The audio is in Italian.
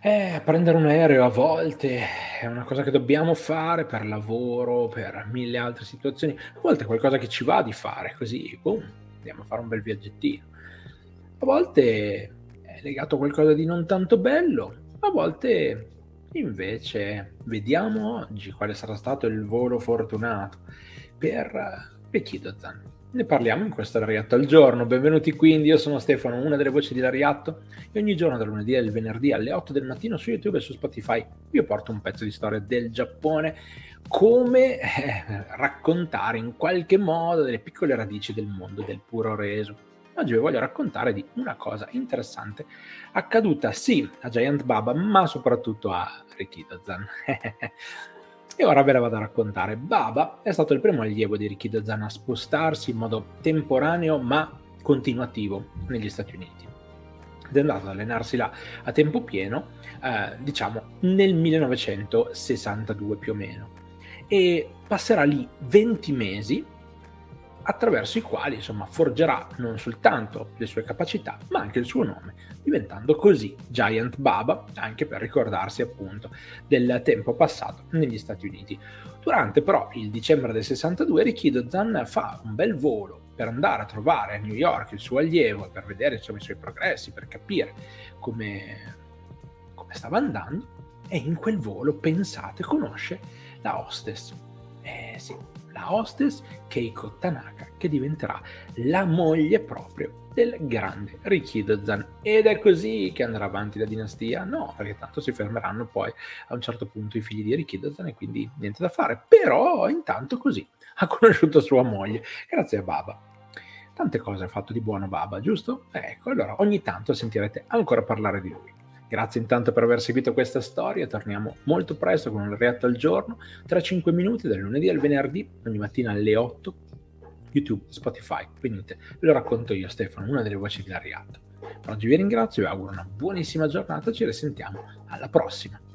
Prendere un aereo a volte è una cosa che dobbiamo fare per lavoro, per 1000 altre situazioni. A volte è qualcosa che ci va di fare, così, boom, andiamo a fare un bel viaggettino. A volte è legato a qualcosa di non tanto bello, a volte invece vediamo oggi quale sarà stato il volo fortunato per Rikidozan. Ne parliamo in questo Lariatto al giorno. Benvenuti quindi, io sono Stefano, una delle voci di Lariatto, e ogni giorno dal lunedì al venerdì alle 8 del mattino su YouTube e su Spotify io porto un pezzo di storia del Giappone, come raccontare in qualche modo delle piccole radici del mondo del puro reso. Oggi vi voglio raccontare di una cosa interessante accaduta sì a Giant Baba, ma soprattutto a Rikidozan. E ora ve la vado a raccontare. Baba è stato il primo allievo di Rikidozan a spostarsi in modo temporaneo ma continuativo negli Stati Uniti. Ed è andato ad allenarsi là a tempo pieno, diciamo nel 1962 più o meno. E passerà lì 20 mesi attraverso i quali insomma forgerà non soltanto le sue capacità ma anche il suo nome, diventando così Giant Baba, anche per ricordarsi appunto del tempo passato negli Stati Uniti. Durante però il dicembre del 62 Rikidozan fa un bel volo per andare a trovare a New York il suo allievo, per vedere insomma i suoi progressi, per capire come stava andando, e in quel volo, pensate, conosce la hostess. Sì, la hostess Keiko Tanaka, che diventerà la moglie proprio del grande Rikidozan. Ed è così che andrà avanti la dinastia? No, perché tanto si fermeranno poi a un certo punto i figli di Rikidozan e quindi niente da fare. Però intanto così ha conosciuto sua moglie, grazie a Baba. Tante cose ha fatto di buono Baba, giusto? Ecco, allora ogni tanto sentirete ancora parlare di lui. Grazie intanto per aver seguito questa storia, torniamo molto presto con un react al giorno, tra 5 minuti dal lunedì al venerdì, ogni mattina alle 8, YouTube, Spotify. Venite, ve lo racconto io Stefano, una delle voci di Lariatto. Per oggi vi ringrazio e vi auguro una buonissima giornata, ci risentiamo alla prossima.